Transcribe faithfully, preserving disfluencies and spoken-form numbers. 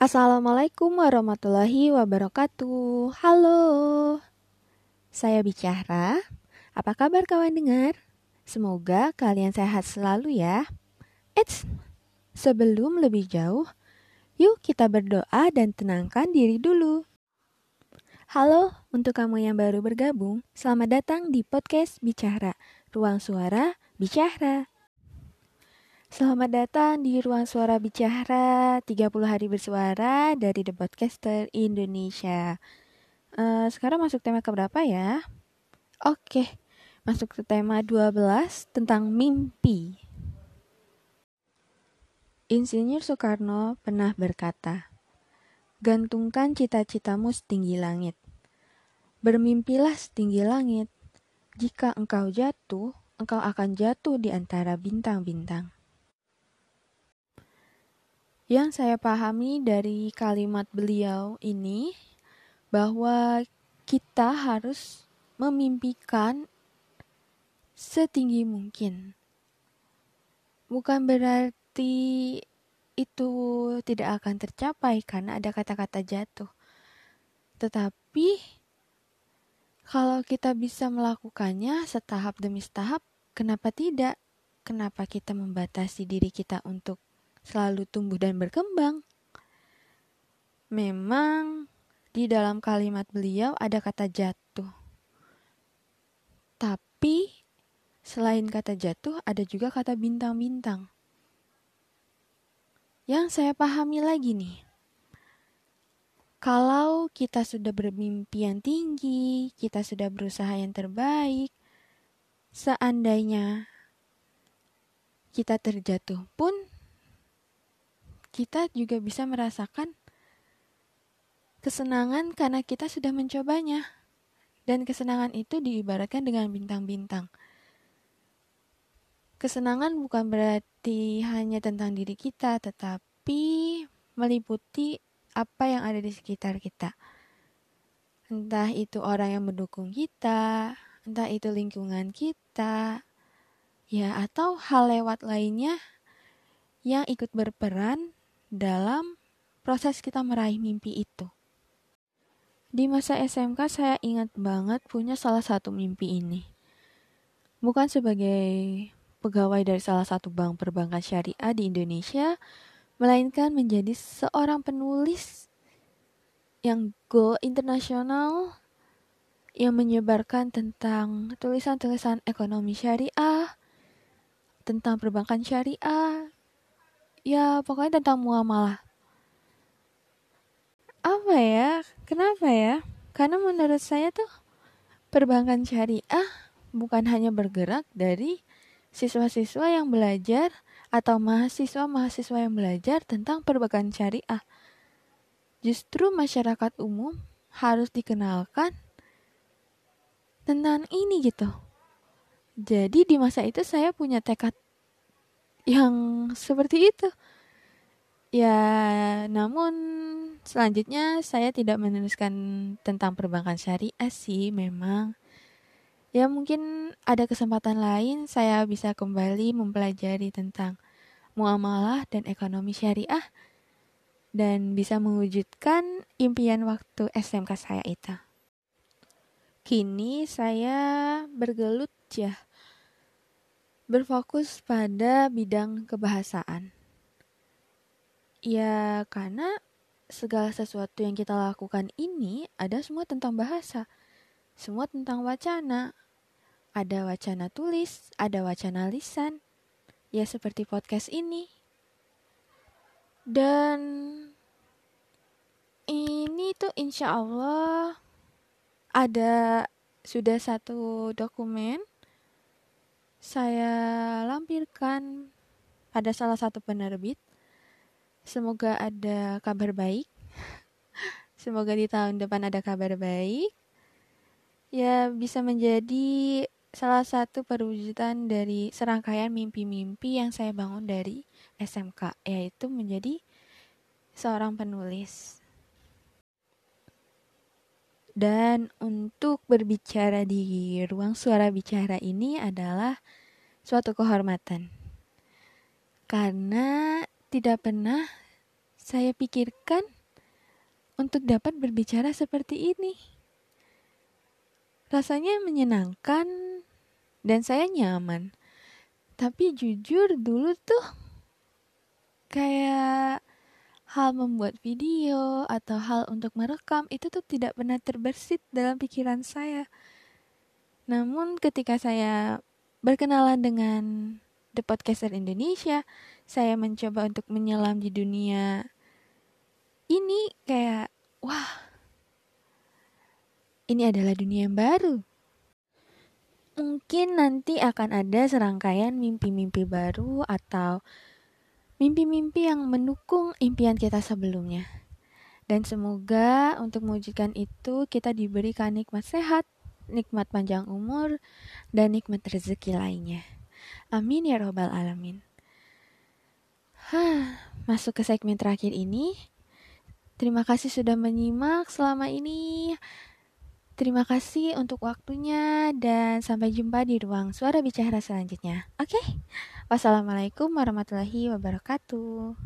Assalamualaikum warahmatullahi wabarakatuh. Halo, saya Bicara. Apa kabar kawan dengar? Semoga kalian sehat selalu ya. Eits, sebelum lebih jauh, yuk kita berdoa dan tenangkan diri dulu. Halo, untuk kamu yang baru bergabung, selamat datang di podcast Bicara, Ruang Suara Bicara. Selamat datang di Ruang Suara Bicara, tiga puluh hari bersuara dari The Podcaster Indonesia. Uh, sekarang masuk tema keberapa ya? Oke, masuk ke tema dua belas tentang mimpi. Insinyur Soekarno pernah berkata, "Gantungkan cita-citamu setinggi langit. Bermimpilah setinggi langit. Jika engkau jatuh, engkau akan jatuh di antara bintang-bintang." Yang saya pahami dari kalimat beliau ini, bahwa kita harus memimpikan setinggi mungkin. Bukan berarti itu tidak akan tercapai karena ada kata-kata jatuh. Tetapi kalau kita bisa melakukannya setahap demi setahap, kenapa tidak? Kenapa kita membatasi diri kita untuk selalu tumbuh dan berkembang? Memang di dalam kalimat beliau ada kata jatuh. Tapi selain kata jatuh ada juga kata bintang-bintang. Yang saya pahami lagi nih, kalau kita sudah bermimpi yang tinggi, kita sudah berusaha yang terbaik, seandainya kita terjatuh pun, kita juga bisa merasakan kesenangan karena kita sudah mencobanya. Dan kesenangan itu diibaratkan dengan bintang-bintang. Kesenangan bukan berarti hanya tentang diri kita, tetapi meliputi apa yang ada di sekitar kita. Entah itu orang yang mendukung kita, entah itu lingkungan kita, ya atau hal lewat lainnya yang ikut berperan dalam proses kita meraih mimpi itu. Di masa S M K saya ingat banget punya salah satu mimpi ini. Bukan sebagai pegawai dari salah satu bank perbankan syariah di Indonesia, melainkan menjadi seorang penulis yang go internasional, yang menyebarkan tentang tulisan-tulisan ekonomi syariah, tentang perbankan syariah, ya pokoknya tentang muamalah. Apa ya? Kenapa ya? Karena menurut saya tuh perbankan syariah bukan hanya bergerak dari siswa-siswa yang belajar atau mahasiswa-mahasiswa yang belajar tentang perbankan syariah. Justru masyarakat umum harus dikenalkan tentang ini gitu. Jadi di masa itu saya punya tekad yang seperti itu. Ya, namun selanjutnya saya tidak menuliskan tentang perbankan syariah sih memang. Ya mungkin ada kesempatan lain saya bisa kembali mempelajari tentang muamalah dan ekonomi syariah dan bisa mewujudkan impian waktu S M K saya itu. Kini saya bergelut ya, berfokus pada bidang kebahasaan. Ya karena segala sesuatu yang kita lakukan ini ada semua tentang bahasa, semua tentang wacana. Ada wacana tulis, ada wacana lisan, ya seperti podcast ini. Dan ini tuh insya Allah ada sudah satu dokumen saya lampirkan pada salah satu penerbit. Semoga ada kabar baik. Semoga di tahun depan ada kabar baik. Ya bisa menjadi salah satu perwujudan dari serangkaian mimpi-mimpi yang saya bangun dari S M K, yaitu menjadi seorang penulis. Dan untuk berbicara di ruang suara bicara ini adalah suatu kehormatan. Karena tidak pernah saya pikirkan untuk dapat berbicara seperti ini. Rasanya menyenangkan dan saya nyaman. Tapi jujur dulu tuh kayak hal membuat video atau hal untuk merekam itu tuh tidak pernah terbersit dalam pikiran saya. Namun ketika saya berkenalan dengan The Podcaster Indonesia, saya mencoba untuk menyelam di dunia ini kayak, wah, ini adalah dunia yang baru. Mungkin nanti akan ada serangkaian mimpi-mimpi baru atau mimpi-mimpi yang mendukung impian kita sebelumnya. Dan semoga untuk mewujudkan itu kita diberikan nikmat sehat, nikmat panjang umur, dan nikmat rezeki lainnya. Amin ya robbal alamin. Hah, masuk ke segmen terakhir ini. Terima kasih sudah menyimak selama ini. Terima kasih untuk waktunya dan sampai jumpa di ruang suara bicara selanjutnya. Oke, wassalamualaikum warahmatullahi wabarakatuh.